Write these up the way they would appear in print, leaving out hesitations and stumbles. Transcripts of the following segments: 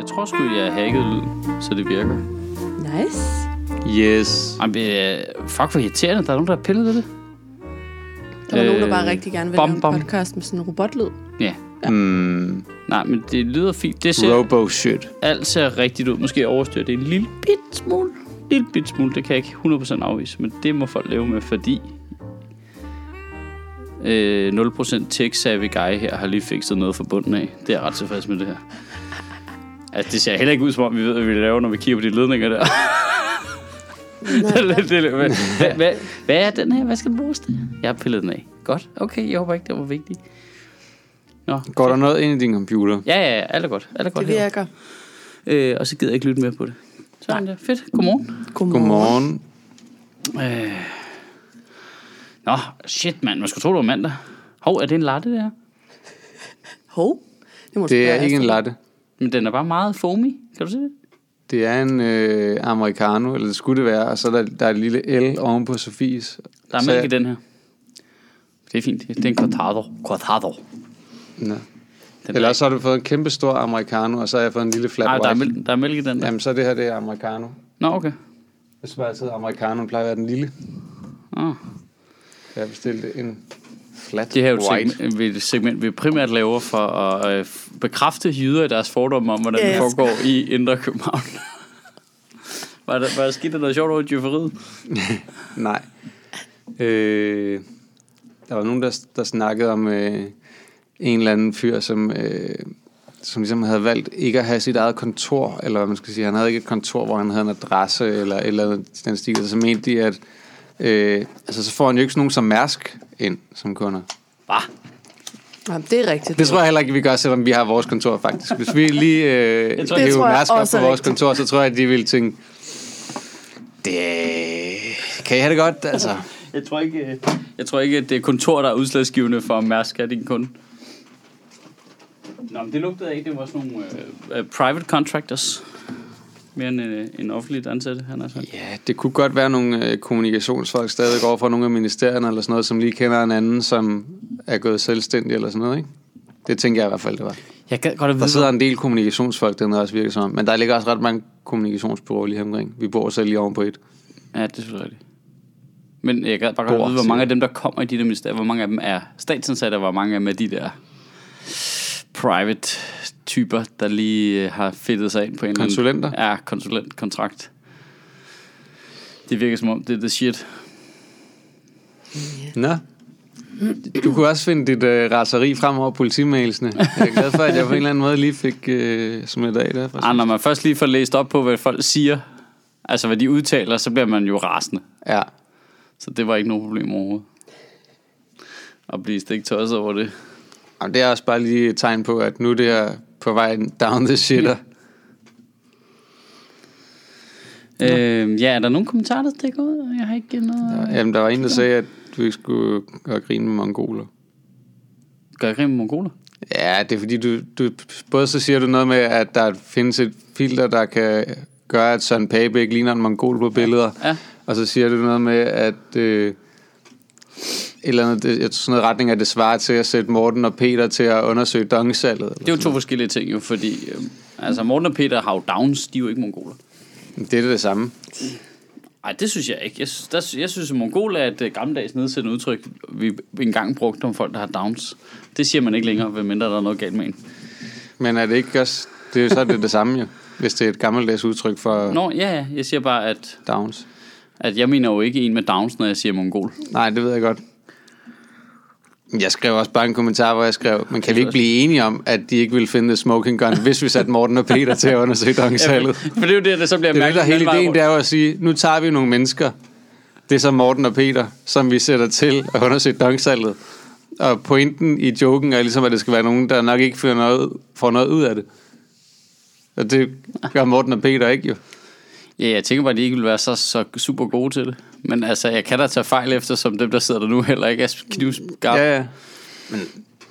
tror sgu, jeg hackede lyden, så det virker. Nice. Yes. Fuck, hvor irriterende. Der er nogen, der har pillet ved det. Der var nogen, der bare rigtig gerne vil lave en podcast med sådan en robotlyd. Ja. Nej, men det lyder fint. Det ser Robo-shit. Alt ser rigtigt ud. Måske overstyrer det en lille bit smule. Det kan jeg ikke 100% afvise. Men det må folk leve med, fordi 0% tech-savvy guy her har lige fikset noget fra bunden af. Det er jeg ret tilfreds med det her. Altså, det ser heller ikke ud, som om vi ved, hvad vi laver, når vi kigger på de ledninger der. Hvad er den her? Hvad skal den bruges til? Jeg har pillet den af. Godt. Okay, jeg håber ikke, det var vigtigt. Nå, går der noget ind i din computer? Ja, alt er godt. Det virker. Og så gider jeg ikke lytte mere på det. Sådan der. Fedt. Godmorgen. Nå, shit, mand. Man skulle tro, det var mandag. Hov, er det en latte, det her? Hov? Det er ikke en latte. Men den er bare meget foamy. Kan du se det? Det er en americano, eller det skulle det være. Og så der er et lille L oven på Sofies. Der er mælk i den her. Det er fint. Det er en cortado. Nå. Eller så har du fået en kæmpe stor americano, og så har jeg fået en lille flat white. Nej, der er mælk i den der. Jamen, så det her, det er americano. Nå, okay. Hvis bare altid americano plejer at være den lille. Jeg bestilte en flat det her white. Det er et segment, vi primært laver for at bekræfte jyder i deres fordomme om, hvordan det foregår i Indre København. Var der skidt noget sjovt over djøfferiet? Nej. Der var nogen, der snakkede om en eller anden fyr, som ligesom havde valgt ikke at have sit eget kontor, eller hvad man skal sige. Han havde ikke et kontor, hvor han havde en adresse, eller et eller andet den stil. Så mente de, at så får han jo ikke sådan nogen som Mærsk ind som kunder. Hvad? Jamen, det er rigtigt. Det tror jeg heller ikke, vi gør, selvom vi har vores kontor faktisk. Hvis vi lige hæver Mærsk op på vores kontor, så tror jeg, at de vil tænke, det kan I have det godt, altså. Jeg tror ikke, at det er kontor, der er udslagsgivende for Mærsk er din kunde. Nå, men det lugtede af, det var sådan nogle private contractors. Mere end en offentligt ansatte, han har sagt. Ja, det kunne godt være nogle kommunikationsfolk stadig over fra nogle af ministerierne eller sådan noget, som lige kender en anden, som er gået selvstændig eller sådan noget, ikke? Det tænker jeg i hvert fald, det var. Jeg kan godt der sidder en del kommunikationsfolk, den også virker som, men der ligger også ret mange kommunikationsbureauer lige omkring. Vi bor selv lige oven på et. Ja, det er selvfølgelig rigtigt. Men jeg kan bare godt vide, hvor mange af dem, der kommer i de der ministerier, hvor mange af dem er statsansatte, og hvor mange af dem er de der private typer, der lige har fedtet sig ind på en konsulenter? Ja, konsulentkontrakt. Det virker som om, det er the shit. Nå. Du kunne også finde dit raseri frem over politimailsene. Jeg er glad for, at jeg på en eller anden måde lige fik smidt af der. Når man først lige får læst op på, hvad folk siger, altså hvad de udtaler, så bliver man jo rasende. Ja. Så det var ikke noget problem overhovedet. At blive stik tosset over det. Jamen, det er også bare lige et tegn på, at nu det er på vej down the shitter. Ja, er der nogen kommentarer, der stikker ud? Jeg har ikke noget... Jamen, der var en, der sagde, at du ikke skulle gøre grin med mongoler. Gør grin med mongoler? Ja, det er fordi, du både så siger du noget med, at der findes et filter, der kan gøre, at Søren Pape ikke ligner en mongol på billeder. Ja. Og så siger du noget med, at et eller andet, sådan noget retning af det svarer til at sætte Morten og Peter til at undersøge dongsalget. Det er jo to forskellige ting jo, fordi altså Morten og Peter har jo Downs, de er jo ikke mongoler. Det er det samme. Nej, det synes jeg ikke. Jeg synes, at mongol er et gammeldags nedsættende udtryk, vi engang brugte om folk, der har Downs. Det siger man ikke længere, medmindre der er noget galt med en. Men er det ikke også... Det er jo så det samme jo, hvis det er et gammeldags udtryk for... Nå, ja. Jeg siger bare, at... Downs. At jeg mener jo ikke en med Downs, når jeg siger mongol. Nej, det ved jeg godt. Jeg skrev også bare en kommentar, hvor jeg skrev, men kan vi ikke blive enige om, at de ikke vil finde smoking gun, hvis vi satte Morten og Peter til at undersøge dongsalget? For det er jo det, der så bliver mærkeligt. Det hele ideen, det er jo at sige, nu tager vi nogle mennesker, det er så Morten og Peter, som vi sætter til at undersøge dongsalget. Og pointen i joken er ligesom, at det skal være nogen, der nok ikke får noget ud af det. Og det gør Morten og Peter ikke jo. Ja, jeg tænker bare, at de ikke vil være så super gode til det. Men altså, jeg kan da tage fejl efter, som dem, der sidder der nu, heller ikke er knivskarpe. Ja. Men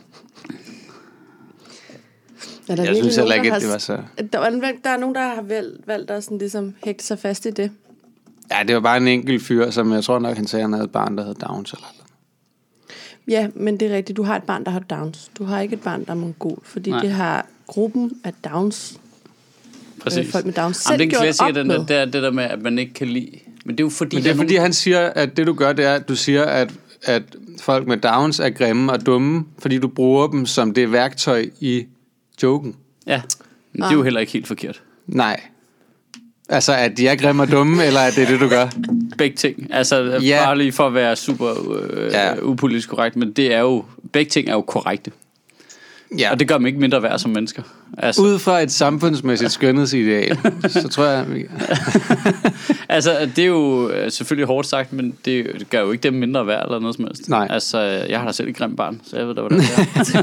jeg synes heller ikke, at det var så... Der er nogen, der har valgt at sådan ligesom hægte sig fast i det. Ja, det var bare en enkelt fyr, som jeg tror nok, han sagde, han havde et barn, der havde Downs eller noget. Ja, men det er rigtigt. Du har et barn, der har Downs. Du har ikke et barn, der er mongol. Fordi det har gruppen af Downs folk med Downs selv gjort op med. Det er det der med, at man ikke kan lide. Men det er jo fordi... Men det er fordi, han siger, at det du gør, det er, at du siger, at folk med Downs er grimme og dumme, fordi du bruger dem som det værktøj i joken. Ja, men det er jo heller ikke helt forkert. Nej. Altså, at de er grimme og dumme, eller at det er det, du gør? Begge ting. Altså, bare lige for at være super upolitisk korrekt, men det er jo... Begge ting er jo korrekte. Ja. Og det gør dem ikke mindre værd som mennesker. Altså. Ud fra et samfundsmæssigt skønhedsideal, så tror jeg... Altså, det er jo selvfølgelig hårdt sagt, men det gør jo ikke dem mindre værd eller noget som helst. Nej. Altså, jeg har da selv et grimt barn, så jeg ved da, hvordan det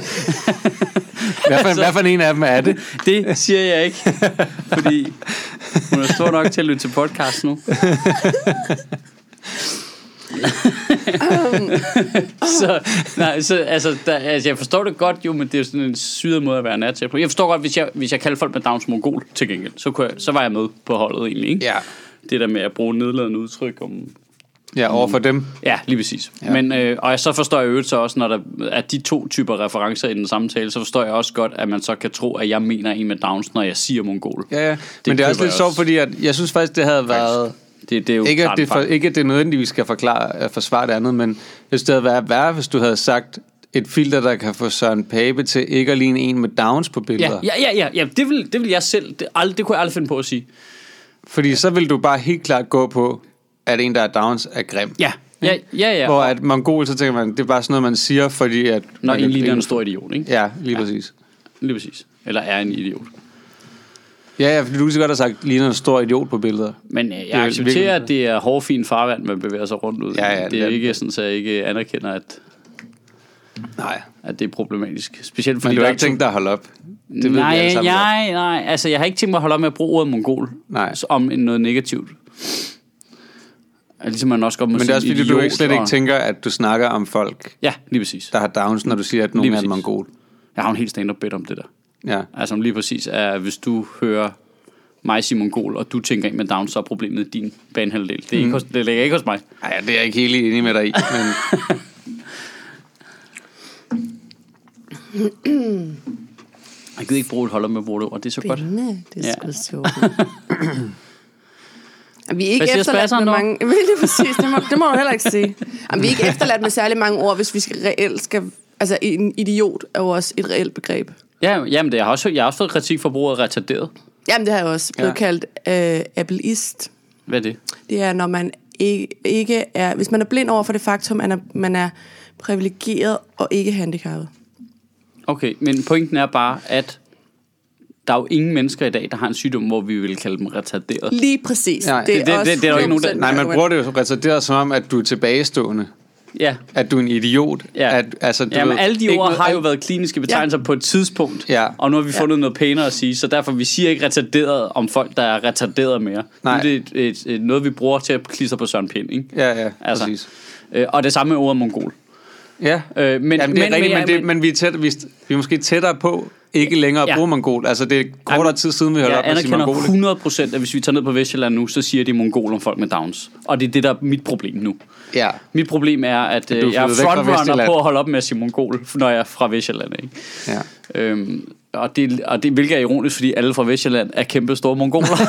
er. Hvad for en af dem er det? Det siger jeg ikke, fordi hun er stor nok til at lytte til podcast nu. Altså, jeg forstår det godt jo, men det er jo sådan en syret måde at være nær på. Jeg forstår godt, hvis jeg kalder folk med Downs mongol til gengæld, så var jeg med på holdet egentlig, ikke? Ja. Det der med at bruge nedladende udtryk om... Ja, over for dem. Ja, lige præcis. Ja. Men, og så forstår jeg jo så også, når der er de to typer referencer i den samme tale, så forstår jeg også godt, at man så kan tro, at jeg mener en med Downs, når jeg siger mongol. Ja. Men det er også lidt sjovt, fordi jeg synes faktisk, det havde været... Det er jo ikke, at det er nødvendigvis skal forsvare det andet, men hvis det havde været værre, hvis du havde sagt et filter, der kan få Søren Pape til ikke at ligne en med Downs på billeder. Ja, det vil jeg selv, det kunne jeg aldrig finde på at sige. Fordi så vil du bare helt klart gå på, at en, der er Downs, er grim. Ja. Hvor at mongol, så tænker man, det er bare sådan noget, man siger, fordi at... Når en ligner en stor idiot, ikke? Ja, lige præcis. Lige præcis. Eller er en idiot. Ja, fordi du så godt har sagt, ligner en stor idiot på billeder. Men jeg accepterer, at det er hårfint farvand, man bevæger sig rundt ud. Ja, det er ikke sådan, at jeg ikke anerkender, at det er problematisk. Specielt fordi... Men du har ikke tænkt dig at holde op? Det nej. Altså, jeg har ikke tænkt mig at holde op med at bruge ordet mongol. Om noget negativt. Ligesom man også godt må men det er også fordi, du slet ikke tænker, at du snakker om folk, ja, lige præcis, der har Downs, når du siger, at nogen er en mongol. Jeg har en helt stand-up bed om det der. Ja. Altså lige præcis, at hvis du hører mig sige mongol, og du tænker ind med Downs, så er problemet din banehalvdel. Det ligger ikke hos mig. Nej, det er jeg ikke helt enig med dig i. Men... Jeg gider ikke bruge et holder med at bruge det ord. Det er så godt. Det er sgu sjovt. Vi er ikke efterladt med mange... Det præcis, det må du heller ikke sige. Vi er ikke efterladt med særlig mange ord, hvis vi skal... Altså, en idiot er jo også et reelt begreb. Jamen, jeg har også fået kritik for bruget retarderet. Jamen, det har jeg også blevet kaldt ableist. Hvad er det? Det er, når man ikke er... Hvis man er blind over for det faktum, at man er privilegeret og ikke handicappet. Okay, men pointen er bare, at der er jo ingen mennesker i dag, der har en sygdom, hvor vi vil kalde dem retarderet. Lige præcis. Nej, det er jo ikke nogen, der... Nej, man bruger det jo retarderet som om, at du er tilbagestående. Ja. At du er en idiot. Ja. Men alle de ord har jo været kliniske betegnelser på et tidspunkt. Ja. Og nu har vi fundet noget pænere at sige. Så derfor vi siger ikke retarderet om folk, der er retarderet mere. Nej. Det er noget, vi bruger til at klisse på Søren Pind, ikke? Ja, præcis. Og det samme med ordet mongol. Ja, men vi er måske tættere på ikke længere at bruge mongol. Altså det er kortere tid siden, vi hørte op med at sige mongol. Jeg anerkender 100%, at hvis vi tager ned på Vestjylland nu, så siger de mongol om folk med Downs. Og det er det, der er mit problem nu. Ja. Mit problem er, at jeg er frontrunner på at holde op med at sige mongol, når jeg er fra Vestjylland. Ikke? Ja. Og det hvilket er ironisk, fordi alle fra Vestjylland er kæmpe store mongoler.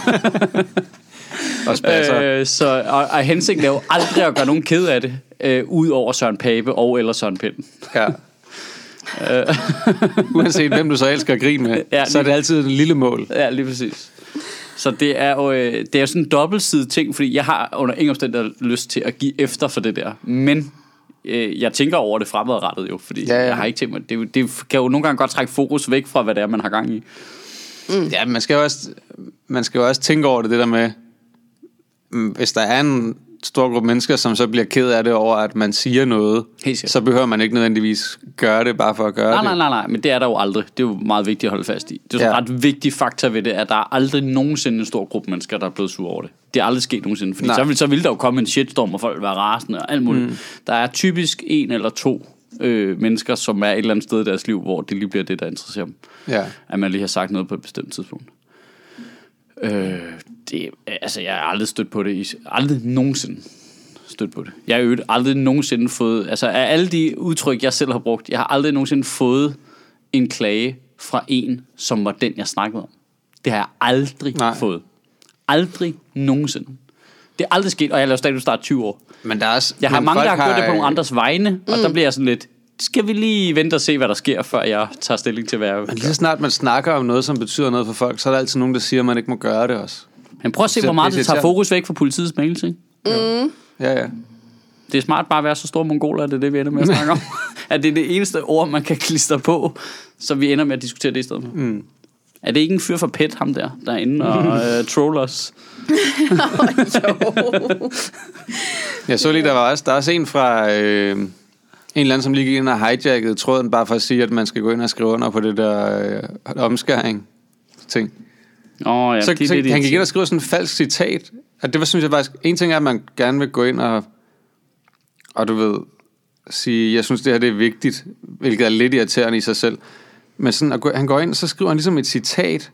Og hensigten er jo aldrig at gøre nogen ked af det, ud over Søren Pape og eller Søren Pind. Ja. Uanset hvem du så elsker at grine med, så er det altid en lille mål. Ja, lige præcis. Så det er jo sådan en dobbeltsidig ting, fordi jeg har under ingen omstændighed lyst til at give efter for det der. Men jeg tænker over det fremadrettet jo, fordi jeg har ikke tænkt mig. Det kan jo nogle gange godt trække fokus væk fra, hvad det er, man har gang i. Ja, man skal jo også tænke over det der med, hvis der er en stor gruppe mennesker, som så bliver ked af det over, at man siger noget, så behøver man ikke nødvendigvis gøre det, bare for at gøre det. Nej, men det er der jo aldrig. Det er jo meget vigtigt at holde fast i. Det er jo ret vigtig faktor ved det, at der er aldrig nogensinde en stor gruppe mennesker, der er blevet sure over det. Det er aldrig sket nogensinde, fordi så vil der jo komme en shitstorm, og folk vil være rasende og alt muligt. Der er typisk en eller to mennesker, som er et eller andet sted i deres liv, hvor det lige bliver det, der interesserer dem. Ja. At man lige har sagt noget på et bestemt tidspunkt. Jeg har aldrig stødt på det. Aldrig nogensinde stødt på det. Jeg har jo aldrig nogensinde fået... Altså af alle de udtryk, jeg selv har brugt, jeg har aldrig nogensinde fået en klage fra en, som var den, jeg snakkede om. Det har jeg aldrig fået. Aldrig nogensinde. Det er aldrig sket, og jeg laver stadig start 20 år. Men der er også, jeg har mange, der har gjort det på nogle andres vegne, og der bliver jeg sådan lidt, skal vi lige vente og se, hvad der sker, før jeg tager stilling til, hvad jeg... Men lige så snart man snakker om noget, som betyder noget for folk, så er der altid nogen, der siger, at man ikke må gøre det også. Men prøv at se, hvor meget det tager fokus væk fra politiets mails, ikke? Ja. Det er smart bare at være så store mongoler, at det er det, vi ender med at snakke om. At det er det eneste ord, man kan klistre på, så vi ender med at diskutere det i stedet for. Er det ikke en fyr for PET, ham der er inde og troller os? Jeg så lige, der er også en fra en eller anden, som lige gik ind og hijackede tråden, bare for at sige, at man skal gå ind og skrive under på det der omskæring ting. Ja, så han gik ind og skrev sådan en falsk citat. At det var, synes jeg faktisk, en ting er, at man gerne vil gå ind og du ved, sige, jeg synes det her det er vigtigt, hvilket er lidt irriterende i sig selv. Men sådan, han går ind, så skriver han ligesom et citat.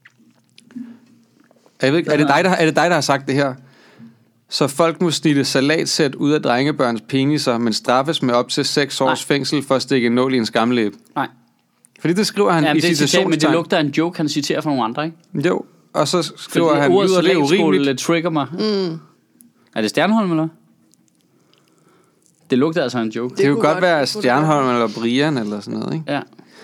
Jeg ved ikke, er det dig, der har sagt det her? Så folk må snitte salatsæt ud af drengebørns peniser, men straffes med op til 6 års fængsel for at stikke en nål i en skamlæbe. Nej. Fordi det skriver han i citationstegn. Men det lugter af en joke, han citerer fra nogle andre, ikke? Jo, og så skriver han, lyder det urimeligt. Trigger mig. Er det Stjernholm, eller? Det lugter altså en joke. Det kunne godt være Stjernholm eller Brian eller sådan noget, ikke? Ja.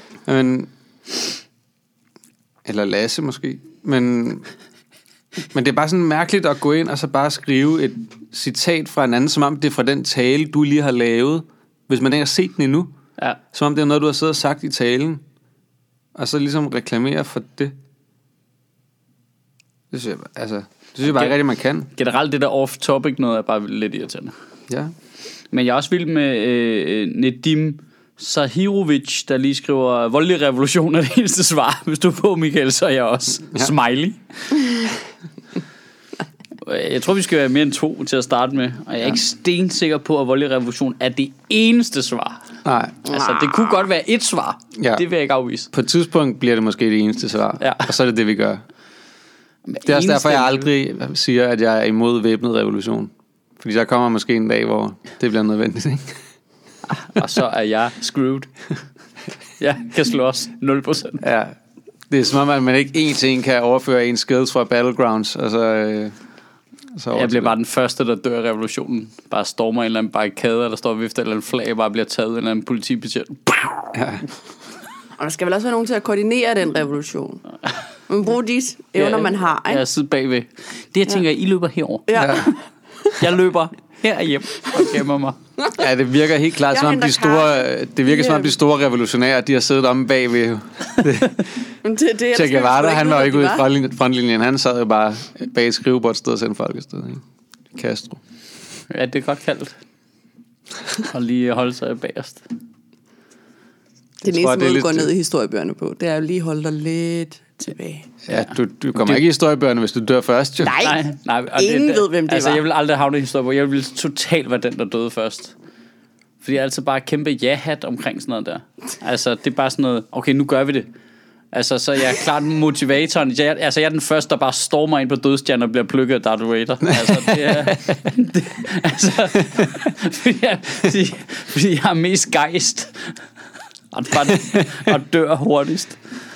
Eller Lasse måske. Men det er bare sådan mærkeligt at gå ind og så bare skrive et citat fra en anden, som om det er fra den tale, du lige har lavet, hvis man ikke har set den endnu. Ja. Som om det er noget, du har siddet og sagt i talen. Og så ligesom reklamere for det. Det synes jeg bare ikke rigtig, man kan. Generelt det der off-topic noget er bare lidt irriterende. Ja. Men jeg er også vild med Nedim Zahirovic, der lige skriver, voldelig revolution er det eneste svar. Hvis du er på, Michael, så er jeg også. Ja. Smiley. Jeg tror, vi skal være mere end 2 til at starte med. Og jeg er ikke stensikker på, at voldelig revolution er det eneste svar. Nej. Altså, det kunne godt være et svar. Ja. Det vil jeg ikke afvise. På et tidspunkt bliver det måske det eneste svar. Ja. Og så er det vi gør. Det er også derfor, jeg aldrig siger, at jeg er imod væbnet revolution. Fordi der kommer måske en dag, hvor det bliver nødvendigt, ikke? Og så er jeg screwed. Jeg kan slå os 0%. Ja. Det er som om, at man ikke en til en kan overføre en skills fra Battlegrounds, og så jeg bliver bare den første, der dør i revolutionen. Bare stormer en eller anden barrikade, der står vifter eller en flag, bare bliver taget en eller anden politibetjent. Ja. Og der skal vel også være nogen til at koordinere den revolution. Man bruger de evner, man har, ikke? Jeg sidder bagved. Det jeg tænker, I løber herover. Ja. Jeg løber herhjem og gemmer mig. Ja, det virker helt klart som om de store revolutionære, de har siddet omme bagved. Che Guevara, han var jo ikke ude i frontlinjen. Han sad jo bare bag et skrivebord et sted og sendte folk et sted, ikke? Castro. Ja, det er godt kaldt. Og lige holde sig bagerst. Det eneste måde, du går ned i historiebøgerne på, det er jo lige at holde dig lidt tilbage. Ja, du kommer ikke i historiebøgerne, hvis du dør først, jo. Nej. Ingen ved, hvem det var. Jeg vil aldrig havne i historiebøger. Jeg vil totalt være den, der døde først. Fordi jeg altid bare kæmpe ja-hat omkring sådan noget der. Altså, det er bare sådan noget, okay, nu gør vi det. Altså, så jeg er klart motivatoren. Jeg er den første, der bare stormer ind på dødstjernen og bliver plukket af Darth Vader. Altså, det er... fordi jeg er mest gejst. Og dør hurtigst.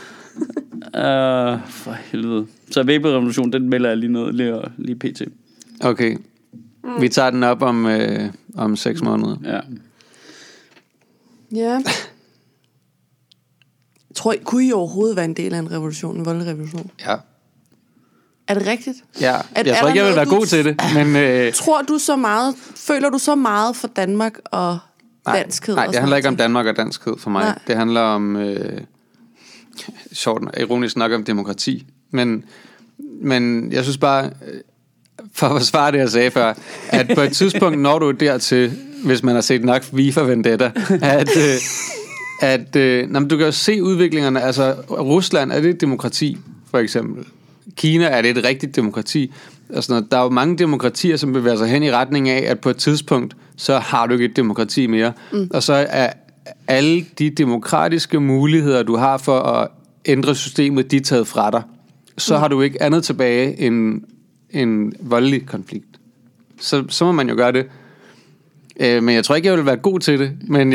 For helvede. Så væbelrevolution, den melder jeg lige ned lige pt. Okay. Vi tager den op om 6 måneder. Ja. Kunne I overhovedet være en del af en revolution, en voldelig revolution? Ja. Er det rigtigt? Ja. Jeg tror ikke, jeg vil være god til det. Men, tror du så meget, føler du så meget for Danmark og danskhed? Nej, det handler ikke om Danmark og danskhed for mig. Nej. Det handler om, ironisk nok om demokrati. Men jeg synes bare, for at forsvare det, jeg sagde før, at på et tidspunkt når du dertil, hvis man har set nok V for Vendetta, at du kan jo se udviklingerne. Altså, Rusland, er det et demokrati, for eksempel? Kina, er det et rigtigt demokrati? Altså, der er jo mange demokratier, som bevæger sig hen i retning af, at på et tidspunkt, så har du ikke et demokrati mere. Og så er alle de demokratiske muligheder, du har for at ændre systemet, de er taget fra dig. Så har du ikke andet tilbage end en voldelig konflikt. Så må man jo gøre det. Men jeg tror ikke, jeg vil være god til det.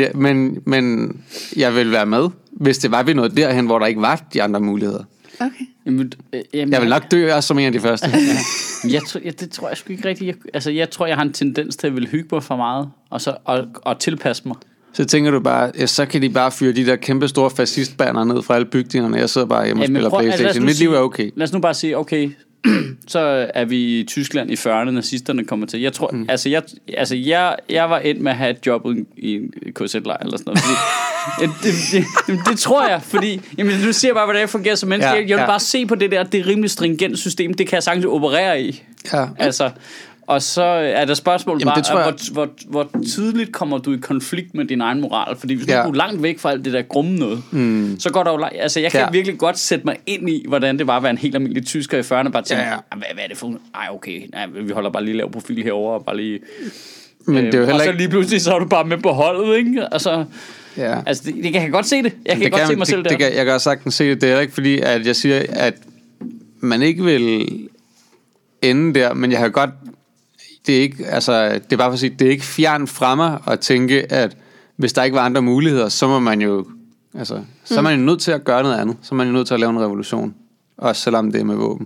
Men jeg vil være med, hvis det var vi nåede derhen, hvor der ikke var de andre muligheder. Okay. Jamen, jeg vil nok dø også som en af de første. Det tror jeg sgu ikke rigtigt. Jeg tror, jeg har en tendens til at ville hygge mig for meget, og tilpasse mig. Så tænker du bare, ja, så kan de bare fyre de der kæmpe store fascistbaner ned fra alle bygningerne. Jeg sidder bare hjemme og spiller PlayStation. Mit liv er okay. Lad os nu bare sige, okay, så er vi i Tyskland i 40'erne, nazisterne kommer til. Jeg tror, jeg var endt med at have et job i en KZ-lejr eller sådan noget. Det tror jeg, fordi du ser bare, hvordan jeg fungerer som menneske. Jeg vil bare se på det der, det rimelig stringent system, det kan jeg sagtens operere i. Ja. Altså, og så er der spørgsmål bare, hvor tidligt kommer du i konflikt med din egen moral? Fordi hvis du er langt væk fra alt det der grumme noget, så går der jo altså jeg kan virkelig godt sætte mig ind i, hvordan det var at være en helt almindelig tysker i 40'erne, bare tænke, hvad er det for vi holder bare lige lav profil herover og bare lige... Men det er jo og så lige pludselig, så er du bare med på holdet, ikke? Altså det kan jeg godt se det. Jeg kan godt se mig selv der. Jeg kan også sagtens se det. Det er ikke fordi, at jeg siger, at man ikke vil ende der, men jeg har godt... Det er ikke, altså, det er bare for at sige, det er ikke fjern fra mig at tænke, at hvis der ikke var andre muligheder, så må man jo, altså, så er man jo nødt til at gøre noget andet. Så er man jo nødt til at lave en revolution. Også selvom det er med våben.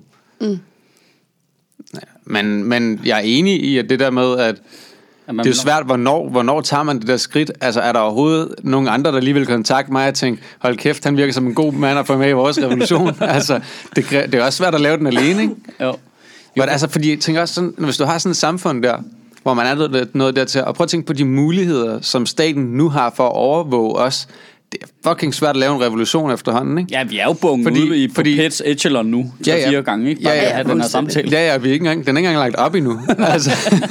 Ja, men jeg er enig i, at det der med, at det er jo svært, hvornår tager man det der skridt? Altså, er der overhovedet nogen andre, der lige vil kontakte mig og tænke, hold kæft, han virker som en god mand at få med i vores revolution? Altså, det er også svært at lave den alene, ikke? Jo. Men altså, fordi jeg tænker også sådan, hvis du har sådan et samfund der, hvor man er noget der til, og prøv at tænke på de muligheder, som staten nu har for at overvåge os. Det er fucking svært at lave en revolution efterhånden, ikke? Ja, vi er jo bunget ude på Pets Echelon nu, 4 gange, ikke? Bare at have den her samtale. Vi er ikke engang, den er ikke engang lagt op endnu. Altså,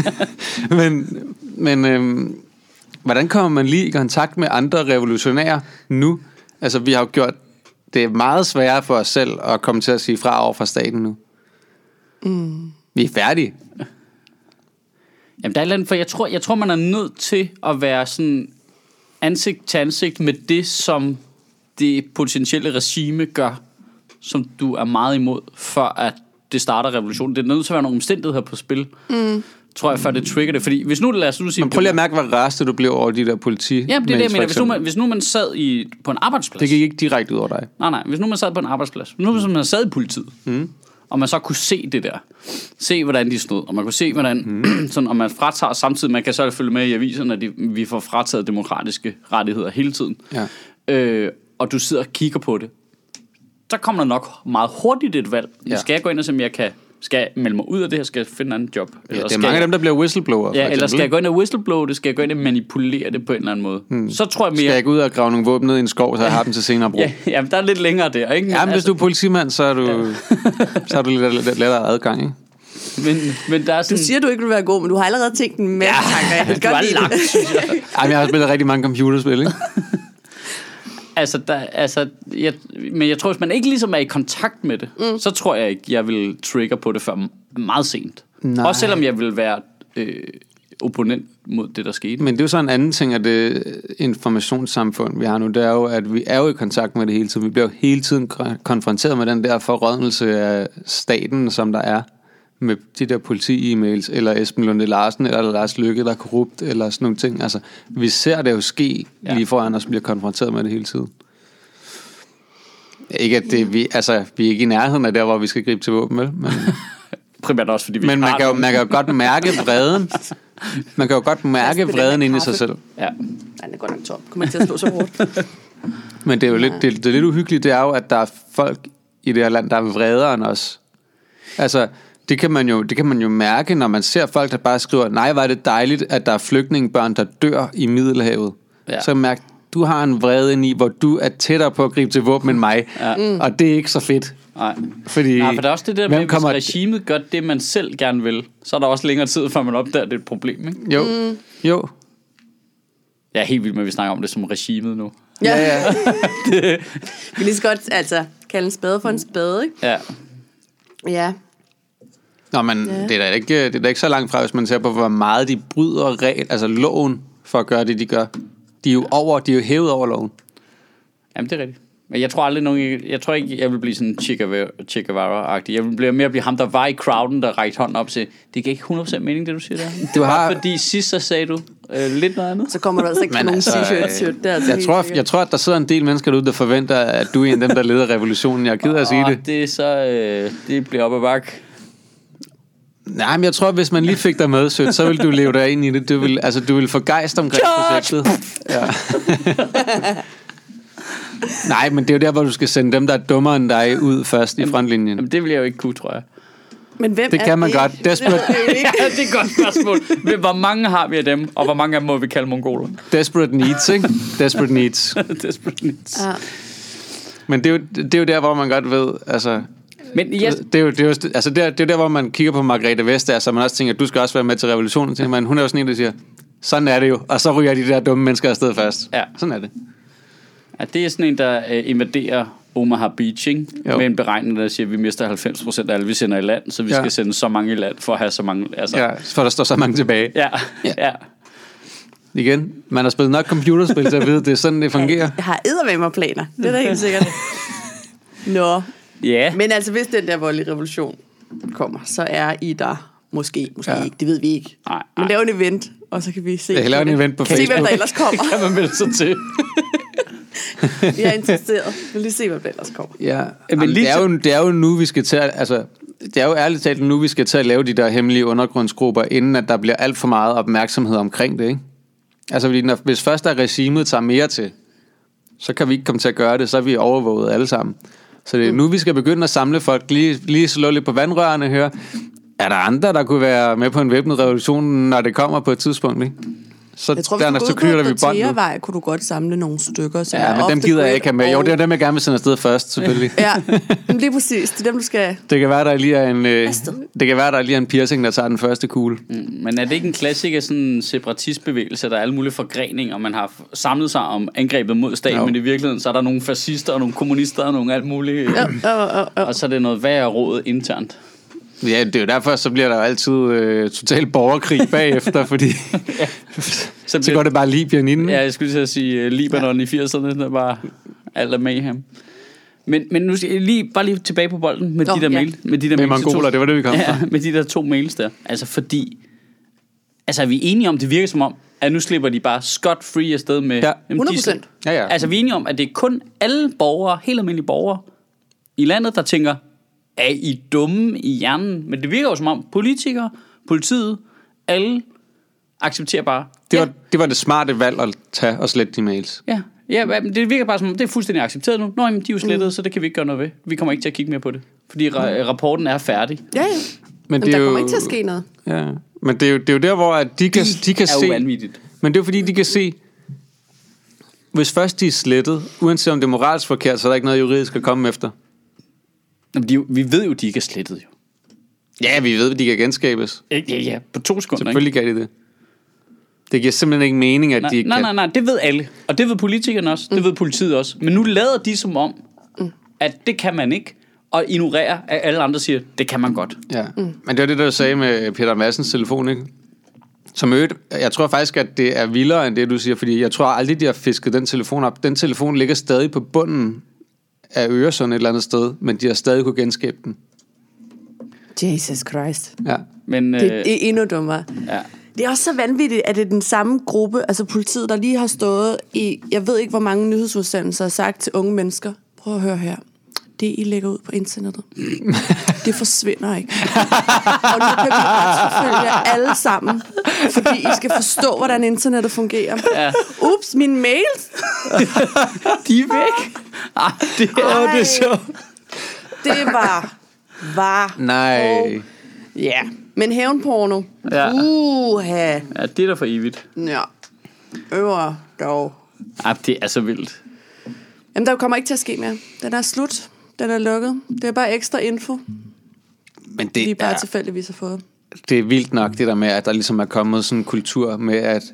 men hvordan kommer man lige i kontakt med andre revolutionære nu? Altså, vi har jo gjort det meget sværere for os selv at komme til at sige fra over fra staten nu. Vi er færdige. Jamen der er et eller andet, for jeg tror man er nødt til at være sådan ansigt til ansigt med det, som det potentielle regime gør, som du er meget imod, for at det starter revolutionen. Det er nødt til at være nogle omstændigheder på spil, tror jeg, før det trigger det. Fordi hvis nu, lad os sige... Men prøv lige at mærke, hvor rastet du blev over de der politi. Ja, det er det, jeg mener. Hvis nu man sad på en arbejdsplads... Det gik ikke direkte ud over dig. Nej. Hvis nu man sad på en arbejdsplads. Hvis nu man sad i politiet... Og man så kunne se det der. Se, hvordan de stod. Og man kunne se, hvordan... sådan, og man fratager samtidig... Man kan så følge med i aviserne, at vi får frataget demokratiske rettigheder hele tiden. Ja. Og du sidder og kigger på det. Så kommer der nok meget hurtigt et valg. Ja. Skal jeg gå ind og se, om jeg kan... Skal jeg melde mig ud af det her? Skal jeg finde en anden job? Eller det er mange af dem, der bliver whistleblower. Ja, eller skal jeg gå ind og whistleblow det? Skal jeg gå ind og manipulere det på en eller anden måde? Så tror jeg mere... Skal jeg gå ud og grave nogle våben ned i en skov, så jeg har dem til senere brug? Ja, der er lidt længere der, ikke? Ja, men hvis du er politimand, så er du lidt lettere adgang, ikke? Men der er sådan... Du siger, du ikke vil være god, men du har allerede tænkt en masse tanker. Du er langt, synes jeg. Ej, men jeg har spillet rigtig mange computerspil, ikke? Men jeg tror, hvis man ikke ligesom er i kontakt med det, så tror jeg ikke, jeg vil trigger på det før meget sent. Nej. Også selvom jeg vil være opponent mod det, der skete. Men det er jo så en anden ting af det informationssamfund, vi har nu. Det er jo, at vi er jo i kontakt med det hele tiden. Vi bliver jo hele tiden konfronteret med den der forrådnelse af staten, som der er. Med de der politi-e-mails, eller Esben Lunde Larsen, eller Lars Løkke, der er korrupt, eller sådan nogle ting. Altså, vi ser det jo ske lige foran os, bliver konfronteret med det hele tiden. Ikke at det, vi er ikke i nærheden af der, hvor vi skal gribe til våben, vel? Men, primært også, fordi vi men man kan jo godt mærke vreden. Man kan jo godt mærke vreden inde i sig selv. Ja. Den er godt nok tom. Kommer til at slå så hårdt. Men det er jo lidt lidt uhyggeligt, det er jo, at der er folk i det her land, der er vredere end os. Altså, det kan man jo mærke, når man ser folk, der bare skriver, nej, var det dejligt, at der er flygtningebørn, der dør i Middelhavet. Ja. Så mærk, du har en vrede ind i, hvor du er tættere på at gribe til våben end mig. Ja. Og det er ikke så fedt. Nej, for det er også det der med, hvis regimet gør det, man selv gerne vil, så er der også længere tid, før man opdager, det er et problem, ikke? Jo. Jeg er helt vild med, at vi snakker om det som regimet nu. Ja. Vi lige så godt kalde en spade for en spade, ikke? Ja. Nå, men det er da ikke så langt fra, hvis man ser på, hvor meget de bryder loven for at gøre det, de gør. De er jo hævet over loven. Jamen, det er rigtigt. Men jeg tror ikke, jeg vil blive sådan Che Guevara-agtig. Jeg vil mere blive ham, der var i crowden, der rækte hånden op til, det giver ikke 100% mening, det du siger der. Fordi sidst så sagde du, lidt noget andet. Så kommer der altså ikke nogen t-shirt. Jeg tror, at der sidder en del mennesker derude, der forventer, at du er en af dem, der leder revolutionen. Jeg er ked af at sige det. Det er så... det bliver op ad bakke. Nej, men jeg tror, at hvis man lige fik dig med, Sødt, så vil du leve dig ind i det. Du vil få gejst omkring projektet. Ja. Nej, men det er jo der, hvor du skal sende dem, der er dummere end dig, ud først i frontlinjen. Jamen, det vil jeg jo ikke kunne, tror jeg. Men hvem det kan man godt. Desperate. Ja, det er et godt spørgsmål. Hvor mange har vi af dem, og hvor mange af dem må vi kalde mongoler? Desperate needs, ikke? Desperate needs. Desperate needs. Ja. Men det er jo der, hvor man godt ved, altså... Men yes. Det er jo der, hvor man kigger på Margrethe Vestager, så man også tænker, at du skal også være med til revolutionen. Men hun er jo sådan en, der siger, sådan er det jo. Og så ryger de der dumme mennesker afsted først. Ja. Sådan er det. Ja, det er sådan en, der invaderer Omaha Beach, ikke? Med en beregning, der siger, at vi mister 90% af alle, vi sender i land, så vi skal sende så mange i land, for at have så mange... Altså. Ja, for der står så mange tilbage. Ja. Igen, man har spillet nok computerspil til at vide, det er sådan, det fungerer. Jeg har eddermame-planer, det er da helt sikkert. Nå. Ja. Men altså, hvis den der voldelige revolution kommer, så er I der måske ikke, det ved vi ikke. Nej. Men lav en event, og så kan vi se... Jeg laver en event på Facebook. Se, hvem der ellers kommer. Kan man melde sig til? Vi er interesseret. Vi vil lige se, hvem der ellers kommer. Ja, men det er jo nu, vi skal til at... Altså, det er jo ærligt talt nu, vi skal til at lave de der hemmelige undergrundsgrupper, inden at der bliver alt for meget opmærksomhed omkring det, ikke? Altså, fordi hvis først der regimet tager mere til, så kan vi ikke komme til at gøre det, så er vi overvåget alle sammen. Så det er nu, vi skal begynde at samle folk, lige slå lidt på vandrørene og høre, er der andre, der kunne være med på en væbnet revolution, når det kommer på et tidspunkt, ikke? Så jeg tror, hvis du går ud på Teavej, kunne du godt samle nogle stykker. Som ja, men dem gider jeg ikke have med. Jo, det er dem, jeg gerne vil sende afsted først, selvfølgelig. Ja, lige præcis. Det er dem, du skal... Det kan være, der lige er en piercing, der tager den første kugle. Men er det ikke en klassiker, sådan en separatistbevægelse, der er alle mulige forgreninger, og man har samlet sig om angrebet mod staten, men i virkeligheden, så er der nogle fascister og nogle kommunister og nogle alt muligt. Og så er det noget værre råd internt. Ja, det er jo derfor, så bliver der jo altid total borgerkrig bagefter, fordi så går det bare Libyen inden. Ja, jeg skulle til at sige Libanon i 80'erne, der var alt af mayhem. Men nu skal jeg lige tilbage på bolden med de der mail. Med de der med mongoler, det var det, vi kom fra. Med de der 2 mails der. Altså fordi, er vi enige om, det virker som om, at nu slipper de bare scot-free afsted med... Ja, 100%. Ja. Altså vi er enige om, at det er kun alle borgere, helt almindelige borgere i landet, der tænker, er I dumme i hjernen? Men det virker jo som om politikere, politiet, alle accepterer bare. Det var det smarte valg at tage og slette de mails. Ja, men det virker bare som om, det er fuldstændig accepteret nu. Nå, jamen, de er jo slettet, så det kan vi ikke gøre noget ved. Vi kommer ikke til at kigge mere på det, fordi rapporten er færdig. Ja. Men der kommer ikke til at ske noget. Ja, men det er jo der, hvor at de kan se... vanvittigt. Men det er jo fordi, de kan se... Hvis først de er slettet, uanset om det er moralsk forkert, så er der ikke noget juridisk at komme efter. Vi ved jo, de ikke er slettet, jo. Ja, vi ved, at de kan genskabes. Ja, på 2 sekunder. Selvfølgelig kan de det. Det giver simpelthen ikke mening, at de ikke kan. Nej, det ved alle. Og det ved politikerne også, det ved politiet også. Men nu lader de som om, at det kan man ikke, og ignorerer, at alle andre siger, det kan man godt. Ja, men det var det, der du sagde med Peter Madsens telefon, ikke? Som øvrigt, jeg tror faktisk, at det er vildere end det, du siger, fordi jeg tror aldrig, de har fisket den telefon op. Den telefon ligger stadig på bunden af Øresund et eller andet sted, men de har stadig kunne genskabe den. Jesus Christ. Ja. Men, det er endnu dummere. Ja. Det er også så vanvittigt, at det er den samme gruppe, altså politiet, der lige har stået i, jeg ved ikke, hvor mange nyhedsudsendelser, og sagt til unge mennesker, prøv at høre her, det I lægger ud på internettet, det forsvinder ikke. Og nu kan vi retsforfølge alle sammen, fordi I skal forstå, hvordan internettet fungerer. Ja. Ups, mine mails. De er væk. Det er så. Det var. Nej. Ja, men hævnporno. Ja. Ja, det er da for evigt. Ja. Øver dog. Det er så vildt. Jamen, der kommer ikke til at ske mere. Den er slut. Den er lukket. Det er bare ekstra info. Men det vi bare tilfældigvis har fået. Det er vildt nok, det der med, at der ligesom er kommet sådan en kultur med, at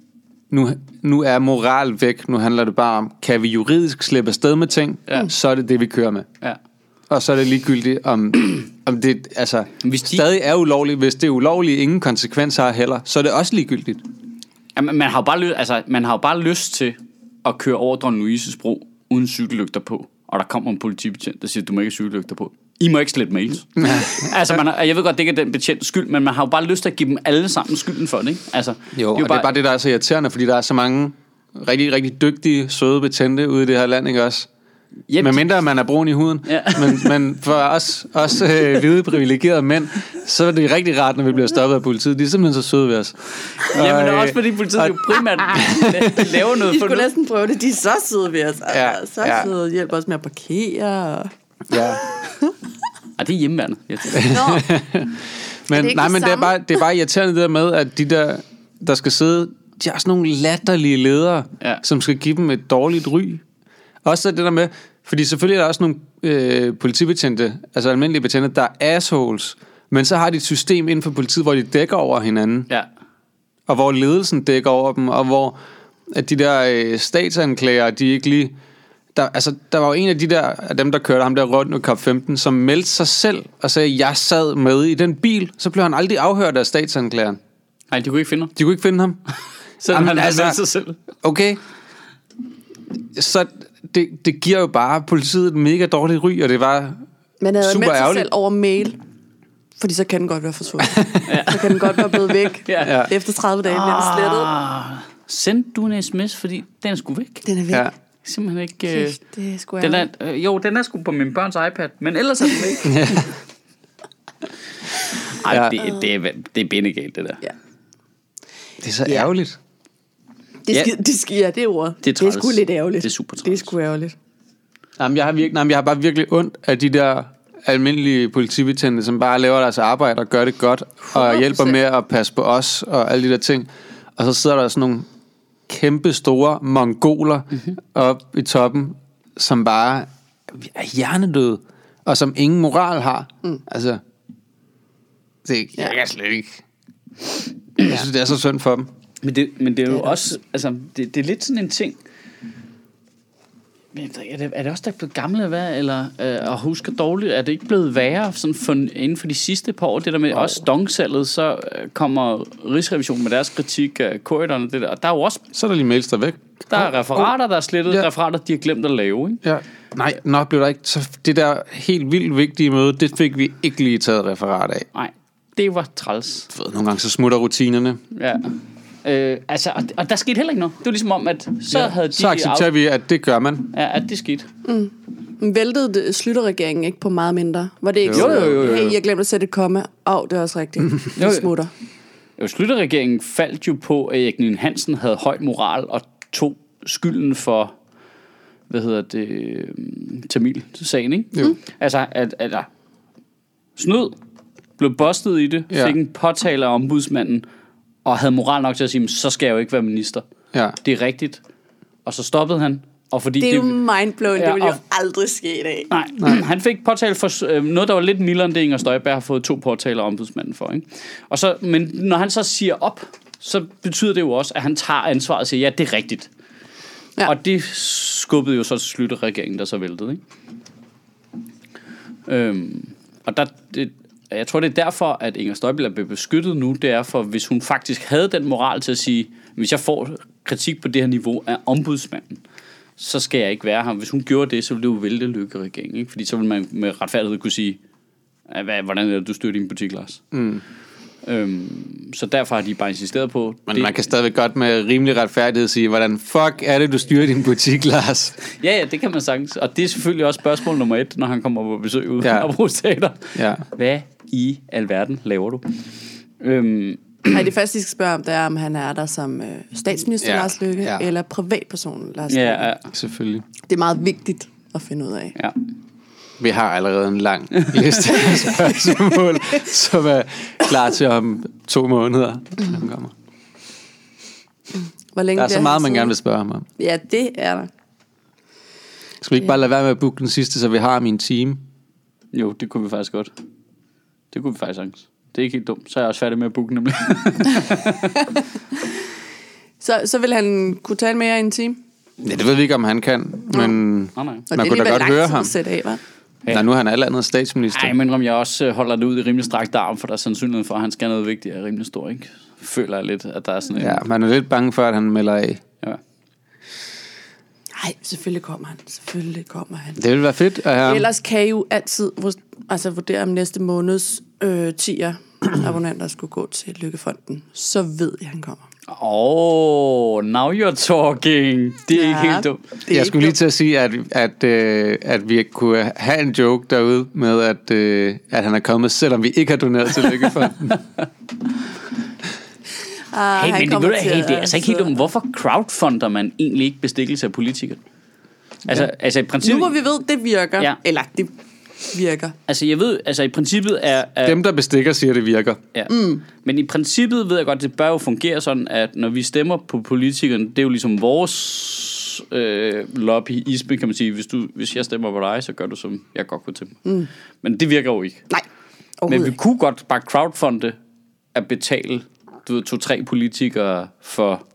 nu er moral væk. Nu handler det bare om, kan vi juridisk slippe afsted med ting, så er det det, vi kører med. Ja. Og så er det ligegyldigt, om det stadig er ulovligt. Hvis det er ulovligt, ingen konsekvenser har heller, så er det også ligegyldigt. Man har jo bare lyst til at køre over Dronning Louises bro uden cykellygter på, og der kommer en politibetjent, der siger, du må ikke have cykellygter på. I må ikke slette mails. Altså, jeg ved godt, det ikke er den betjente skyld, men man har jo bare lyst til at give dem alle sammen skylden for det, ikke? Altså, Jo, det er bare det, der er så irriterende, fordi der er så mange rigtig, rigtig dygtige, søde betjente ude i det her land, ikke også? Yep. Med mindre man er brun i huden. Ja. Men for os hvide privilegerede mænd, så er det rigtig rart, når vi bliver stoppet af politiet. De er simpelthen så søde ved os. Jamen, også fordi politiet jo primært laver noget De for skulle noget. næsten prøve det. De er så søde ved os. Ja, Så søde. Hjælper os med at parkere. Ja. Det er hjemmeværende. Men, ikke nej, det men det er bare irriterende det der med, at de der skal sidde, de har sådan nogle latterlige ledere, som skal give dem et dårligt ry. Også det der med, fordi selvfølgelig er der også nogle politibetjente, altså almindelige betjente, der er assholes, men så har de et system inden for politiet, hvor de dækker over hinanden, og hvor ledelsen dækker over dem, og hvor at de der statsanklager, de ikke lige... Der var jo en af dem, der kørte ham der rundt på COP15, som meldte sig selv og sagde, at jeg sad med i den bil, så blev han aldrig afhørt af statsanklageren. Nej, de kunne ikke finde ham. De kunne ikke finde ham. Så han altså, sig selv. Okay. Så det giver jo bare politiet et mega dårligt ry, og det var Men havde super meldt sig ærgerligt. selv over mail, fordi så kan den godt være forsvundet. Så kan den godt være blevet væk. Efter 30 dage bliver den slettet. Sendte du en sms, fordi den er sgu væk? Den er væk. Ja. Simpelthen ikke... Kæft, det er sgu den er sgu på min børns iPad, men ellers er den væk. Ej, det er bindegalt, det der. Ja. Det er så ærgerligt. Det er ordet. Det er sgu lidt ærgerligt. Det er super træls. Det er sgu ærgerligt. Jamen, jeg har bare virkelig ondt af de der almindelige politibetjente, som bare laver deres arbejde og gør det godt, og 100%. Hjælper med at passe på os og alle de der ting. Og så sidder der sådan nogle kæmpe store mongoler oppe i toppen, som bare er hjernedøde, og som ingen moral har. Altså, det er slet ikke. Jeg synes, det er så synd for dem. Men det er jo også, altså, det er lidt sådan en ting. Er det også der er blevet gamle hvad, eller og husker dårligt, er det ikke blevet værre sådan inden for de sidste par år, det der med også dongsalget, så kommer Rigsrevisionen med deres kritik af korridoren, det der, og der er jo også så er der lige mails der væk. Der er referater, der er slettet, referater, de har glemt at lave, ikke? Ja. Nej, nok blev der ikke. Så det der helt vildt vigtige møde, det fik vi ikke lige taget referat af. Nej, det var træls. Nogle gange så smutter rutinerne. Ja. Altså, og der skete heller ikke noget. Det var ligesom om, at havde de... Så accepterer vi, at det gør man. Ja, at det skete. Væltede Schlüter-regeringen ikke på meget mindre? Var det ikke jo. Hey, jeg glemte at sætte et komma. Det er også rigtigt. De smutter. Jo, Schlüter-regeringen faldt jo på, at Erik Ninn-Hansen havde høj moral og tog skylden for, Tamil-sagen, ikke? Jo. Altså, at snød, blev bustet i det, fik en påtale af ombudsmanden, og havde moral nok til at sige, så skal jeg jo ikke være minister. Ja. Det er rigtigt. Og så stoppede han. Og fordi det er jo mindblowing, det ville jo aldrig ske af. Nej, han fik påtale for noget, der var lidt mildere end det, Inger Støjberg har fået 2 påtaler af ombudsmanden for. Ikke? Og så, men når han så siger op, så betyder det jo også, at han tager ansvaret og siger, ja, det er rigtigt. Ja. Og det skubbede jo så til Schlüter-regeringen, der så væltede. Ikke? Og jeg tror, det er derfor, at Inger Støjberg bliver beskyttet nu. Det er for, hvis hun faktisk havde den moral til at sige, hvis jeg får kritik på det her niveau af ombudsmanden, så skal jeg ikke være her. Hvis hun gjorde det, så ville det jo vælte Løkke-regeringen. Ikke? Fordi så ville man med retfærdighed kunne sige, hvordan er det, du styrer din butik, Lars? Så derfor har de bare insisteret på... Men man kan stadigvæk godt med rimelig retfærdighed sige, hvordan fuck er det, du styrer din butik, Lars? Ja, det kan man sagtens. Og det er selvfølgelig også spørgsmål nummer 1, når han kommer på besøg ude af Nørrebro-teater. Ja. Hvad i alverden laver du? Nej, det første, de skal spørge om, det er, om han er der som statsminister Lars Løkke, eller privatperson Lars Løkke. Ja, selvfølgelig. Det er meget vigtigt at finde ud af. Ja. Vi har allerede en lang liste af spørgsmål, som er klar til om 2 måneder. Hvor længe der er så meget, man gerne vil spørge ham om. Ja, det er der. Skal vi ikke bare lade være med at booke den sidste, så vi har min team? Jo, det kunne vi faktisk godt. Det kunne vi faktisk sagtens. Det er ikke helt dumt. Så er jeg også færdig med at booke nemlig. så vil han kunne tale mere i en time? Ja, det ved vi ikke, om han kan. Men man kunne da godt høre ham. Nej, nu er han alt andet statsminister. Nej, men om jeg også holder det ud i rimelig strakt arm, for der er sandsynlighed for, at han skal noget vigtigt og rimelig stor, ikke? Føler jeg lidt, at der er sådan en... Ja, man er lidt bange for, at han melder af. Ja. Nej, selvfølgelig kommer han. Det vil være fedt. Ellers kan I jo altid vurdere om næste måneds 10'er abonnenter skulle gå til Lykkefonden. Så ved jeg, han kommer. Now you're talking. Det er ikke helt dumt. Jeg skulle lige til at sige, at vi kunne have en joke derude med, at han er kommet, selvom vi ikke har doneret til Lykkefonden. Men det er altså ikke helt dumt. Hvorfor crowdfunder man egentlig ikke bestikkelse af politikere? Altså i princippet... Nu hvor vi ved, det virker. Ja. Eller det virker. Altså jeg ved, i princippet er... Dem, der bestikker, siger, det virker. Ja. Men i princippet ved jeg godt, det bør jo fungere sådan, at når vi stemmer på politikerne, det er jo ligesom vores lobbyisme, kan man sige. Hvis jeg stemmer på dig, så gør du, som jeg godt kunne tænke mig. Men det virker jo ikke. Nej. Men vi kunne godt bare crowdfunde at betale 2-3 politikere for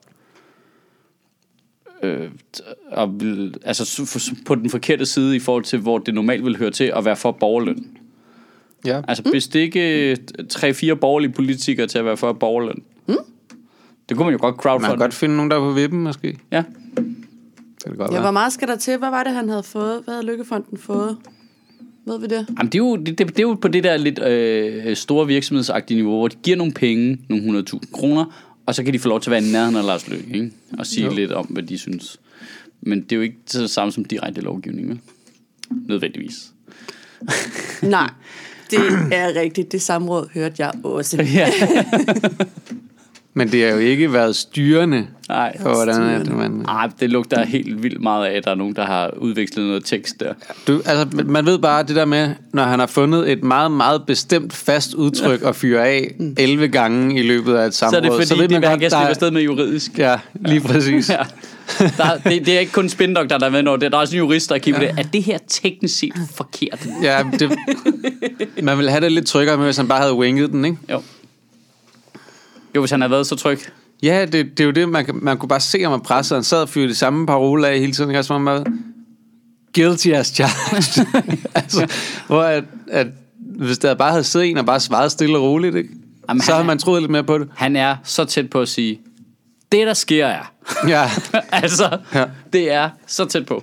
på den forkerte side i forhold til, hvor det normalt vil høre til at være for borgerløn. Ja. Altså bestikke 3-4 borgerlige politikere til at være for borgerløn. Det kunne man jo godt crowdfunde. Man kan godt finde nogen, der er på vippen, måske. Ja. Det godt være. Hvor meget skal der til? Hvad var det, han havde fået? Hvad havde Lykkefonden fået? Ved vi det? Jamen, det er jo på det der lidt store virksomhedsagtige niveau, hvor de giver nogle penge, nogle 100.000 kroner, og så kan de få lov til at være i nærheden af Lars Løkke, ikke? Og sige lidt om, hvad de synes. Men det er jo ikke det samme som direkte lovgivning, vel? Nødvendigvis. Nej, det er rigtigt. Det samråd hørte jeg også. Ja. Men det har jo ikke været styrende. Nej, for hvordan at man... Nej, det lugter helt vildt meget af, at der er nogen, der har udvekslet noget tekst der. Man ved bare det der med, når han har fundet et meget, meget bestemt fast udtryk at fyre af 11 gange i løbet af et samråd. Så er det fordi, så ved man godt, kan slippe afsted med juridisk. Ja, lige præcis. Ja. Det er ikke kun spindoktor, der er med noget. Der er også en jurist, der kigger på det. Er det her teknisk set forkert? Ja, man ville have det lidt tryggere med, hvis han bare havde winget den, ikke? Jo, hvis han havde været så tryg. Ja, det er jo det, man kunne bare se, om man pressede. Han sad og fyrede de samme parole af hele tiden, som om guilty as charged. Altså, hvor at hvis der bare havde siddet en og bare svaret stille og roligt, ikke? Jamen, så havde man troet lidt mere på det. Han er så tæt på at sige, det der sker er. Ja. Det er så tæt på.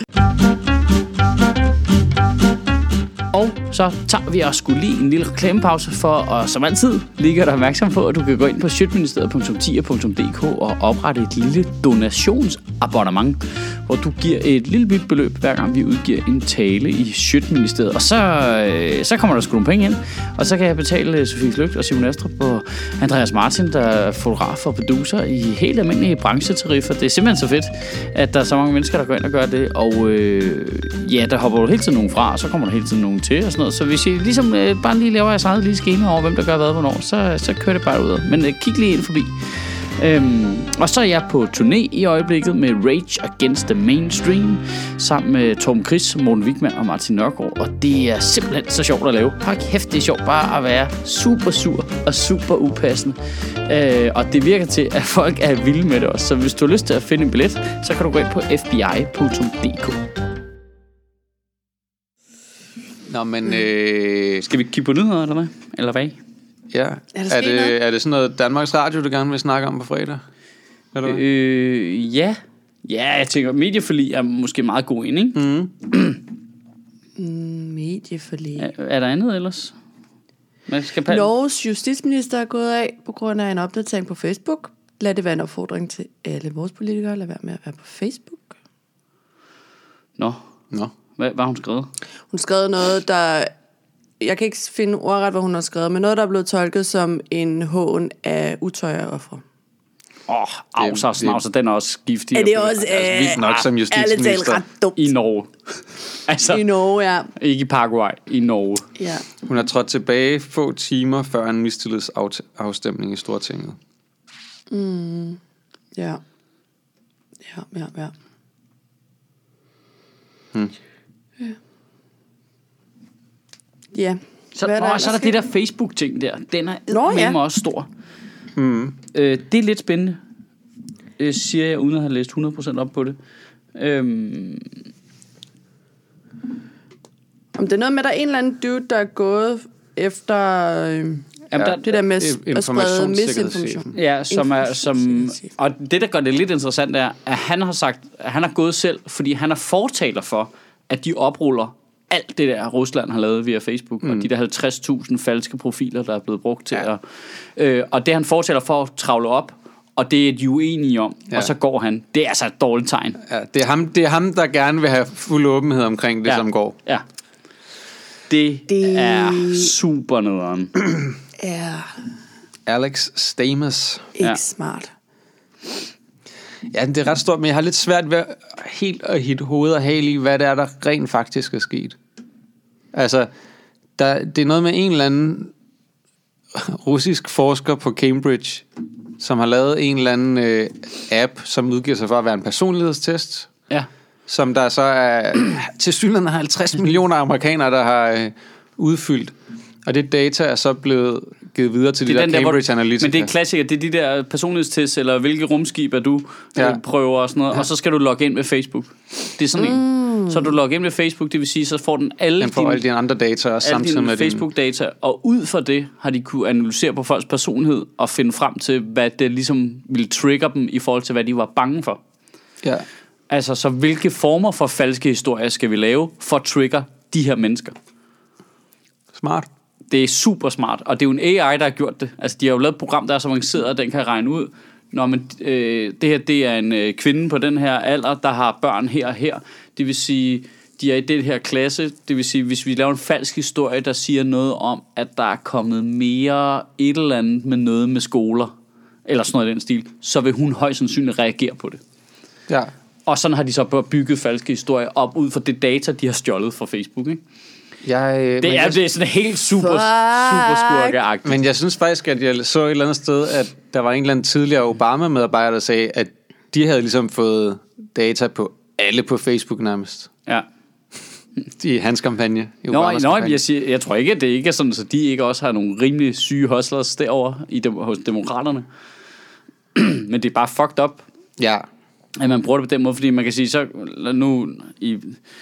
Og så tager vi også skulle lige en lille reklamepause for, og som altid lige gør dig opmærksom på, at du kan gå ind på sjøtministeriet.10.dk og oprette et lille donationsabonnement, hvor du giver et lille bit beløb, hver gang vi udgiver en tale i Sjøtministeriet. Og så kommer der sgu nogle penge ind, og så kan jeg betale Sofie Flygt og Simon Astrup og Andreas Martin, der er fotograf og producer i helt almindelige branchetariffer. Det er simpelthen så fedt, at der er så mange mennesker, der går ind og gør det. Og der hopper jo hele tiden nogen fra, og så kommer der hele tiden nogen til og sådan noget. Så hvis I ligesom bare lige laver jeres eget lille schema over, hvem der gør hvad, hvornår, så kører det bare ud. Men kig lige ind forbi. Og så er jeg på turné i øjeblikket med Rage Against the Mainstream sammen med Torben Chris, Morten Wigman og Martin Nørgaard. Og det er simpelthen så sjovt at lave. Hold kæft, det er sjovt bare at være super sur og super upassende. Og det virker til, at folk er vilde med det også. Så hvis du har lyst til at finde en billet, så kan du gå ind på fbi.dk. Nå, men... Skal vi kigge på nyheder, eller hvad? Eller hvad? Ja. Er det sådan noget Danmarks Radio, du gerne vil snakke om på fredag? Ja. Ja, jeg tænker, medieforlig er måske meget god ind, ikke? Medieforlig. Er der andet ellers? Norges justitsminister er gået af på grund af en opdatering på Facebook. Lad det være en opfordring til alle vores politikere. Lad være med at være på Facebook. Nå. Hvad har hun skrevet? Hun skrev noget, der... Jeg kan ikke finde ordret, hvad hun har skrevet, men noget, der er blevet tolket som en hån af utøjerofre. Snavser, den er også giftig. Er det også vildt nok som justitsminister i Norge? Altså, i Norge, ja. Ikke i Paraguay, i Norge. Ja. Hun er trådt tilbage få timer før en mistillidsafstemning i Stortinget. Ja. Ja. Så er der det der Facebook-ting der. Den er også stor. Det er lidt spændende, siger jeg, uden at have læst 100% op på det. Om det er noget med, der er en eller anden dude, der er gået efter Jamen, ja, Det der med at sprede misinformation. Ja, og det, der gør det lidt interessant, er, at han har sagt, at han har gået selv, fordi han er fortaler for, at de opruller alt det der, Rusland har lavet via Facebook, og de der 50.000 falske profiler, der er blevet brugt til at... og det han fortaler for at travle op, og det er de uenige om, og så går han. Det er altså et dårligt tegn. Ja, det er ham, der gerne vil have fuld åbenhed omkring det, som går. Ja. Det er super nederen. Ja. Alex Stamos. Ikke smart. Ja, det er ret stort, men jeg har lidt svært ved helt at hitte hoved og hale i, hvad det er, der rent faktisk er sket. Altså, det er noget med en eller anden russisk forsker på Cambridge, som har lavet en eller anden app, som udgiver sig for at være en personlighedstest. Ja. Som der så er til synligheden 50 millioner amerikanere, der har udfyldt. Og det data er så blevet givet videre til de der Cambridge Analytica. Men det er klassiker, det er de der personlighedstests, eller hvilke rumskib er du prøver og sådan noget, og så skal du logge ind med Facebook. Det er sådan en. Så du logger ind med Facebook, det vil sige, så får den alle dine andre data og samtidig med Facebook-data, og ud fra det har de kunne analysere på folks personlighed og finde frem til, hvad det ligesom ville trigger dem i forhold til, hvad de var bange for. Ja. Altså, så hvilke former for falske historier skal vi lave for at trigger de her mennesker? Smart. Det er super smart, og det er jo en AI, der har gjort det. Altså, de har jo lavet et program, der er så avanceret, at den kan regne ud, når man, det her, det er en kvinde på den her alder, der har børn her og her. Det vil sige, de er i den her klasse. Det vil sige, hvis vi laver en falsk historie, der siger noget om, at der er kommet mere et eller andet med noget med skoler, eller sådan noget i den stil, så vil hun højst sandsynligt reagere på det. Ja. Og sådan har de så bygget falske historier op ud fra det data, de har stjålet fra Facebook, ikke? Det er sådan helt super skurkeagtigt. Men jeg synes faktisk, at jeg så et eller andet sted, at der var en eller anden tidligere Obama-medarbejder, der sagde, at de havde ligesom fået data på alle på Facebook nærmest. Ja. I hans kampagne. Jeg tror ikke, at det ikke er sådan, så de ikke også har nogle rimelig syge hustlers derovre hos demokraterne. Men det er bare fucked up. Ja. At man bruger det på den måde, fordi man kan sige, så nu i...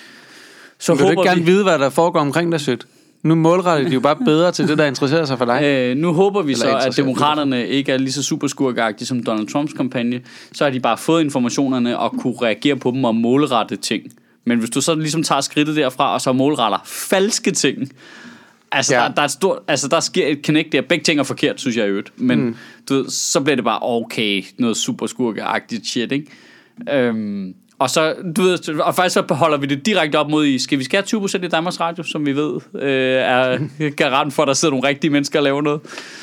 Så vil du ikke gerne vide, hvad der foregår omkring dig, sødt? Nu målretter de jo bare bedre til det, der interesserer sig for dig. Nu håber vi så, at demokraterne ikke er lige så super skurkagtige som Donald Trumps kampagne. Så har de bare fået informationerne og kunne reagere på dem og målrette ting. Men hvis du så ligesom tager skridtet derfra og så målretter falske ting, altså der er et stort, altså der sker et connect der. Begge ting er forkert, synes jeg i øvrigt. Men du ved, så bliver det bare okay, noget super skurkagtigt shit, ikke? Og så, du ved, og faktisk så holder vi det direkte op mod skal vi skære 20% i Danmarks Radio, som vi ved er garant for, at der sidder nogle rigtige mennesker og laver noget.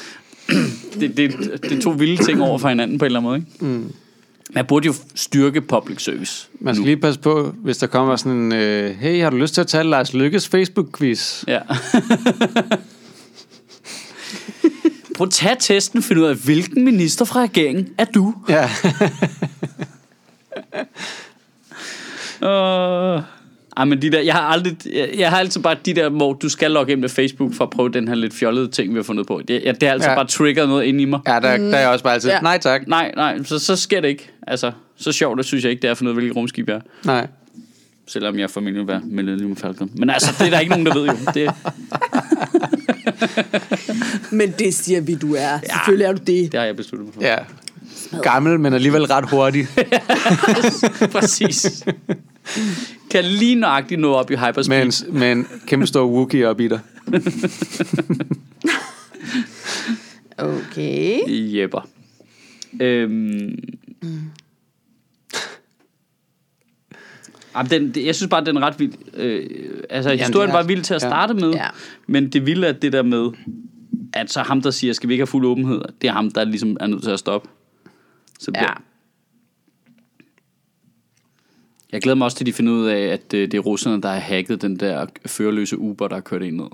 Det er to vilde ting over for hinanden på en eller anden måde, ikke? Man burde jo styrke public service. Man skal lige passe på, hvis der kommer sådan en, hey, har du lyst til at tage Lars Lykkes Facebook-quiz? Ja. Prøv at tage testen og finde ud af, hvilken minister fra regeringen er du? Ja. Men de der, jeg har altid bare de der, hvor du skal logge ind med Facebook for at prøve den her lidt fjollede ting, vi har fundet på. Det har altid bare triggeret noget inde i mig. Ja, der er jeg også bare altid, nej tak. Nej, så sker det ikke. Altså, så sjovt, det synes jeg ikke, det er for noget, hvilket rumskib jeg er. Nej. Selvom jeg formentlig vil være Millennium Falcon. Men altså, det er der ikke nogen, der ved jo. Det... Men det siger vi, du er. Selvfølgelig er du det. Det har jeg besluttet mig for. Ja. Gammel, men alligevel ret hurtig. Præcis. Kan lige nøjagtigt nå op i hyperspeed. Med en kæmpe stor Wookiee op i dig. Okay. Jepper. Jeg synes bare, den er ret vild. Historien var vild til at starte med. Ja. Men det vilde er det der med, at så ham, der siger, skal vi ikke have fuld åbenhed, det er ham, der ligesom er nødt til at stoppe. Så jeg glæder mig også til, at de finder ud af, at det er russerne, der har hacket den der førerløse Uber, der har kørt ind ned.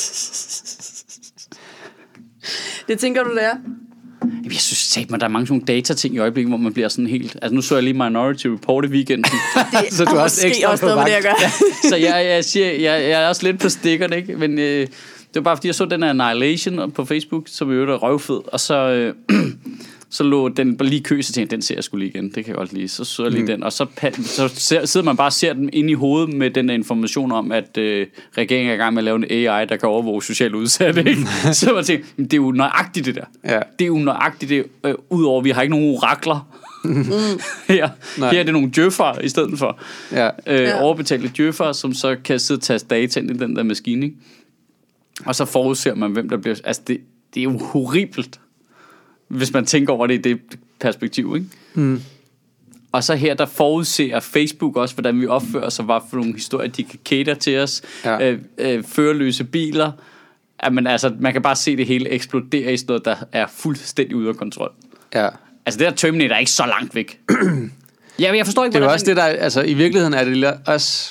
Det tænker du, det er? Jeg synes at der er mange sådan datating i øjeblikket, hvor man bliver sådan helt... Altså nu så jeg lige Minority Report i weekenden. Så du er også ekstra på vagt. Så jeg er også lidt på stikkerne, ikke? Men det var bare fordi, jeg så den her Annihilation på Facebook, som jo er røvfed. Og så Så lå den lige i kø, så tænkte den ser jeg sgu lige igen. Det kan jeg godt lide. Så så jeg lige den. Og så sidder man bare og ser den ind i hovedet med den der information om, at regeringen er i gang med at lave en AI, der kan overvåge socialt udsatte. Ikke? Så man tænker, det er jo nøjagtigt det der. Ja. Det er jo nøjagtigt det. Udover, vi har ikke nogen orakler. Her er det nogle djøffere i stedet for. Overbetalte djøffere, som så kan sidde og tage data ind i den der maskine. Ikke? Og så forudser man, hvem der bliver... Altså, det er jo horribelt, hvis man tænker over det i det perspektiv, ikke? Mm. Og så her, der forudser Facebook også, hvordan vi opfører sig, hvad for nogle historier, de kan cater til os. Førerløse biler. Jamen, altså, man kan bare se det hele eksplodere i sådan noget, der er fuldstændig ude af kontrol. Ja. Altså, det der Terminator er ikke så langt væk. Jeg forstår ikke, det er også det, der... Altså, i virkeligheden er det også...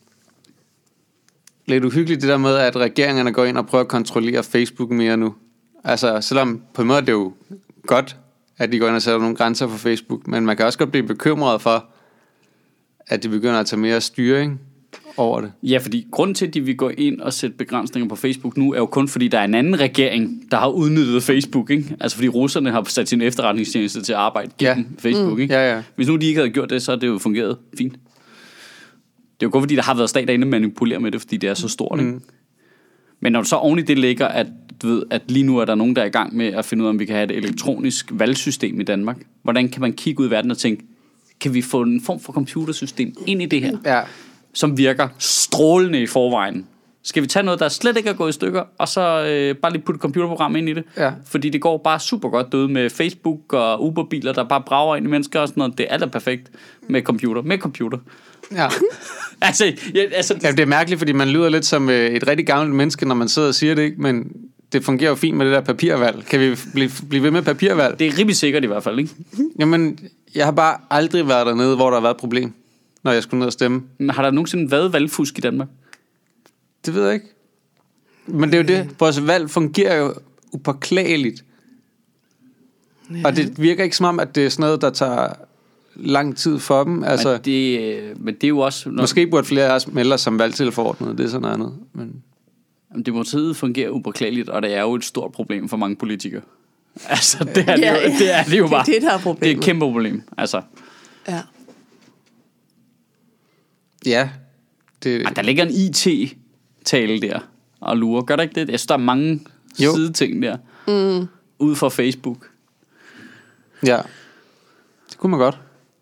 lidt uhyggeligt det der med, at regeringerne går ind og prøver at kontrollere Facebook mere nu. Altså, selvom på en måde det er jo godt, at de går ind og sætter nogle grænser for Facebook, men man kan også godt blive bekymret for, at de begynder at tage mere styring over det. Ja, fordi grunden til, at de vil gå ind og sætte begrænsninger på Facebook nu, er jo kun fordi, der er en anden regering, der har udnyttet Facebook, ikke? Altså fordi russerne har sat sin efterretningstjeneste til at arbejde gennem Facebook, ikke? Ja. Hvis nu de ikke havde gjort det, så havde det jo fungeret fint. Det er jo kun fordi, der har været stater inde og manipulere med det, fordi det er så stort, ikke? Men når du så oven i det ligger, at du ved, at lige nu er der nogen, der er i gang med at finde ud af, om vi kan have et elektronisk valgsystem i Danmark. Hvordan kan man kigge ud i verden og tænke, kan vi få en form for computersystem ind i det her, som virker strålende i forvejen? Skal vi tage noget, der slet ikke er gået i stykker, og så bare lige putte et computerprogram ind i det? Ja. Fordi det går bare super godt derude med Facebook og Uber-biler, der bare brager ind i mennesker og sådan noget. Det er alt er perfekt med computer. Ja. altså, det er mærkeligt, fordi man lyder lidt som et rigtig gammelt menneske, når man sidder og siger det, ikke? Men det fungerer jo fint med det der papirvalg. Kan vi blive ved med papirvalg? Det er rimelig sikkert i hvert fald, ikke? Jamen, jeg har bare aldrig været dernede, hvor der har været et problem, når jeg skulle ned og stemme. Men har der nogensinde været valgfusk i Danmark? Det ved jeg ikke. Men det er jo det. Vores valg fungerer jo upåklageligt. Ja. Og det virker ikke som om, at det er sådan noget, der tager lang tid for dem. Altså, men det er jo også... Måske burde flere af os melde os som valgtilforordnede. Det er sådan noget andet. Men demokratiet fungerer upåklageligt, og det er jo et stort problem for mange politikere. Altså, det er, det er det jo bare. Det er det, der er problemet. Det er et kæmpe problem. Altså. Ja. Ja. Der ligger en IT-tale der og lurer. Gør der ikke det? Jeg synes, der er mange sideting der. Ude fra Facebook. Ja. Det kunne man godt.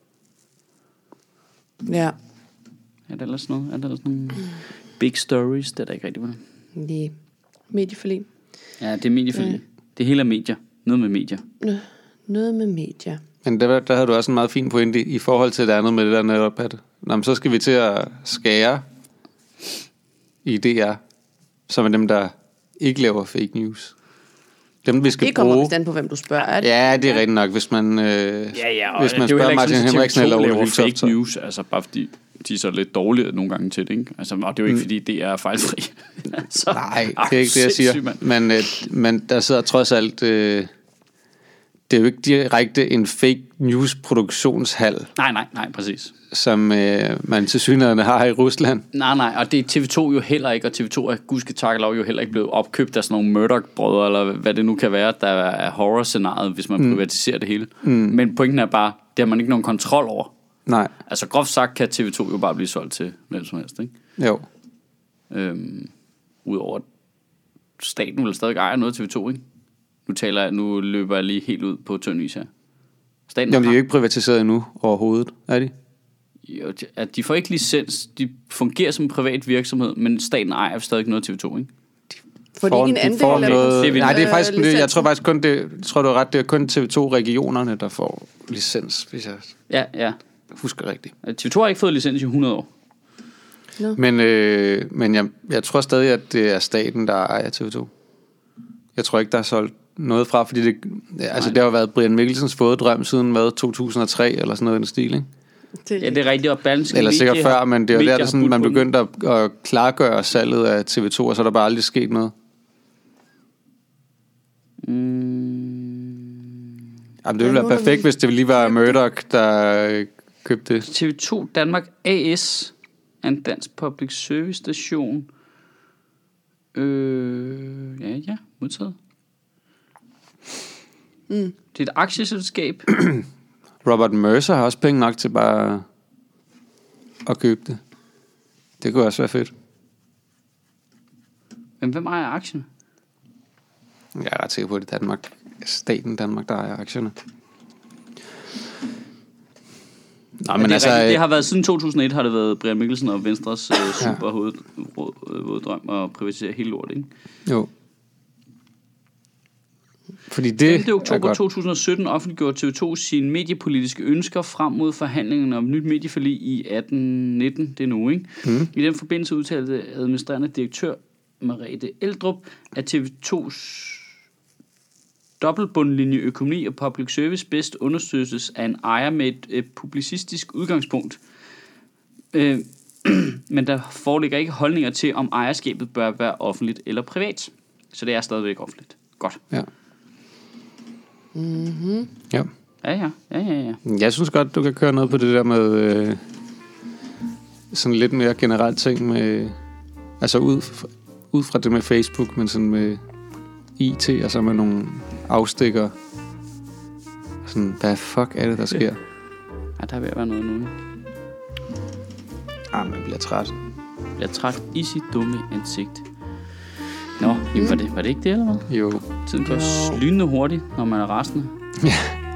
Ja. Er der ellers noget? Er der ellers nogle big stories? Det er der ikke rigtigt på det. Nej. Medieforlig. Ja, det er medieforlig. Det hele er medier. Noget med medier. Noget med medier. Men der havde du også en meget fin pointe i forhold til det andet med det der netop, at så skal vi til at skære i DR, som er dem, der ikke laver fake news. Dem, vi skal det kommer bruge. bestand på, hvem du spørger. Er det? Ja, det er rigtigt nok, hvis man, hvis man spørger Martin Henriksen eller Ole Viltoft. Fake news, altså bare fordi de er så lidt dårlige nogle gange til det, ikke? Altså, og det er jo ikke, fordi det er fejlfri. Altså, nej, det er ikke det, jeg siger. Men der sidder trods alt... det er jo ikke direkte en fake news produktionshal. Nej, præcis. Som man til synligheden har i Rusland. Nej, og det er TV2 jo heller ikke, og TV2 er gudsketakelov jo heller ikke blevet opkøbt af sådan nogle Murdoch-brødre, eller hvad det nu kan være, der er horror-scenariet, hvis man privatiserer det hele. Men pointen er bare, det har man ikke nogen kontrol over. Nej. Altså groft sagt kan TV2 jo bare blive solgt til hvem som helst, ikke? Jo. Udover staten vil stadig eje noget TV2, ikke? Nu løber jeg lige helt ud på tynd is her. Jamen, de er jo ikke privatiseret endnu overhovedet, er de? Jo, at de får ikke licens. De fungerer som en privat virksomhed, men staten ejer stadig noget TV2, ikke? Får de ikke en andel af noget... Nej, det er faktisk... Jeg tror faktisk kun, det du er ret, det er kun TV2-regionerne, der får licens, hvis jeg husker rigtigt. TV2 har ikke fået licens i 100 år. No. Men jeg tror stadig, at det er staten, der ejer TV2. Jeg tror ikke, der er solgt noget fra, fordi det har jo været Brian Mikkelsens fådedrøm siden 2003 eller sådan noget i den stil, ikke? Ja, det er rigtigt, og Berlingske eller sikkert før, men det er jo der sådan, man begyndte at klargøre salget af TV2, og så er der bare aldrig sket noget. Jamen, det ville være perfekt, hvis det lige var Murdoch, der købte det. TV2 Danmark AS er en dansk public service station. Ja, modtaget. Det er et aktieselskab. Robert Mercer har også penge nok til bare at købe det. Det kunne også være fedt. Men hvem ejer aktien? Jeg er ret sikker på, at det er Danmark. Staten Danmark, der ejer aktierne. Nå, men altså, det har været siden 2001, har det været Brian Mikkelsen og Venstres super hoveddrøm at privatisere hele lortet, ikke? Jo. Fordi det 5. oktober 2017 offentliggjorde TV2 sine mediepolitiske ønsker frem mod forhandlingerne om nyt medieforlig i 18-19, det er nu, ikke? I den forbindelse udtalte administrerende direktør Merete Eldrup, at TV2's dobbeltbundlinje økonomi og public service bedst understøttes af en ejer med et publicistisk udgangspunkt. Men der foreligger ikke holdninger til, om ejerskabet bør være offentligt eller privat. Så det er stadigvæk offentligt. Godt. Ja. Mm-hmm. Ja. Ja. Jeg synes godt, du kan køre noget på det der med sådan lidt mere generelt ting med, altså ud fra det med Facebook, men sådan med IT og så med nogle afstikker. Sådan, hvad fuck er det, der sker? Ja, der vil være noget nu. Man bliver træt. Jeg er træt i sit dumme ansigt. Nå, jamen var det ikke det, eller hvad? Jo. Tiden går lynende hurtigt, når man er rasende. Ja.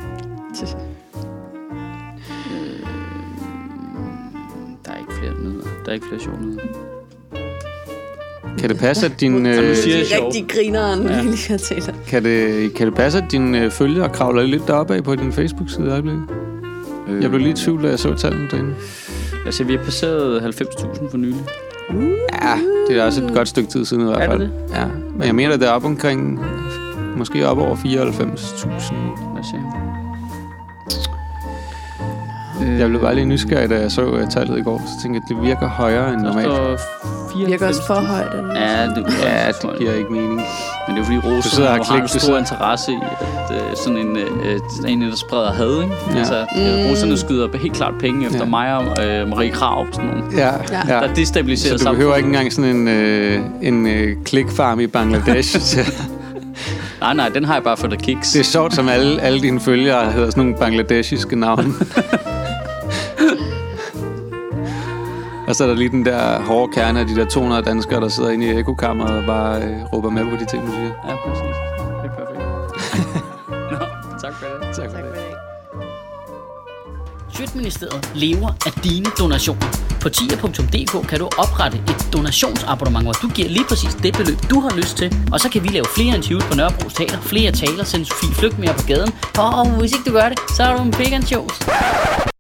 Der er ikke flere nyheder. Der er ikke flere sjove nyheder. Kan det passe, at din... Det er rigtig grineren, ja. Lige at tale. Kan det passe, at dine følgere kravler lidt deroppe af på din Facebook-side i øjeblikket? Jeg blev lige i tvivl, da jeg så tallene derinde. Altså, vi har passeret 90.000 for nylig. Ja, det er også et godt stykke tid siden i hvert fald. Er det? Ja, men jeg mener, det er op omkring... Måske op over 94.000. Lad os se. Jeg blev bare lige nysgerrig, da jeg så tallet i går. Så tænkte jeg, at det virker højere end normalt. Det virker også for højt. Det giver ikke mening. Men det er fordi Rosa har en stor interesse i at sådan en der spreder had, ikke? Ja. Altså, russerne skyder helt klart penge efter mig og Marie Krav, sådan nogle. Ja. Der destabiliserer samfundet. Så du behøver ikke engang sådan en klikfarm i Bangladesh. Nej, den har jeg bare for the kicks. Det er sjovt, som alle dine følgere hedder sådan nogle bangladeshiske navne. Og så er der lige den der hårde kerne af de der 200 danskere, der sidder inde i ekokammeret og bare råber med på de ting, du siger. Ja, præcis. Det er perfekt. Nå, tak for det. Tak for det. Sjøtministeriet lever af dine donationer. På tier.dk kan du oprette et donationsabonnement, hvor du giver lige præcis det beløb, du har lyst til. Og så kan vi lave flere interviews på Nørrebro Teater, flere taler, sende Sofie Flygt mere på gaden. Og hvis ikke du gør det, så er du en big and shows.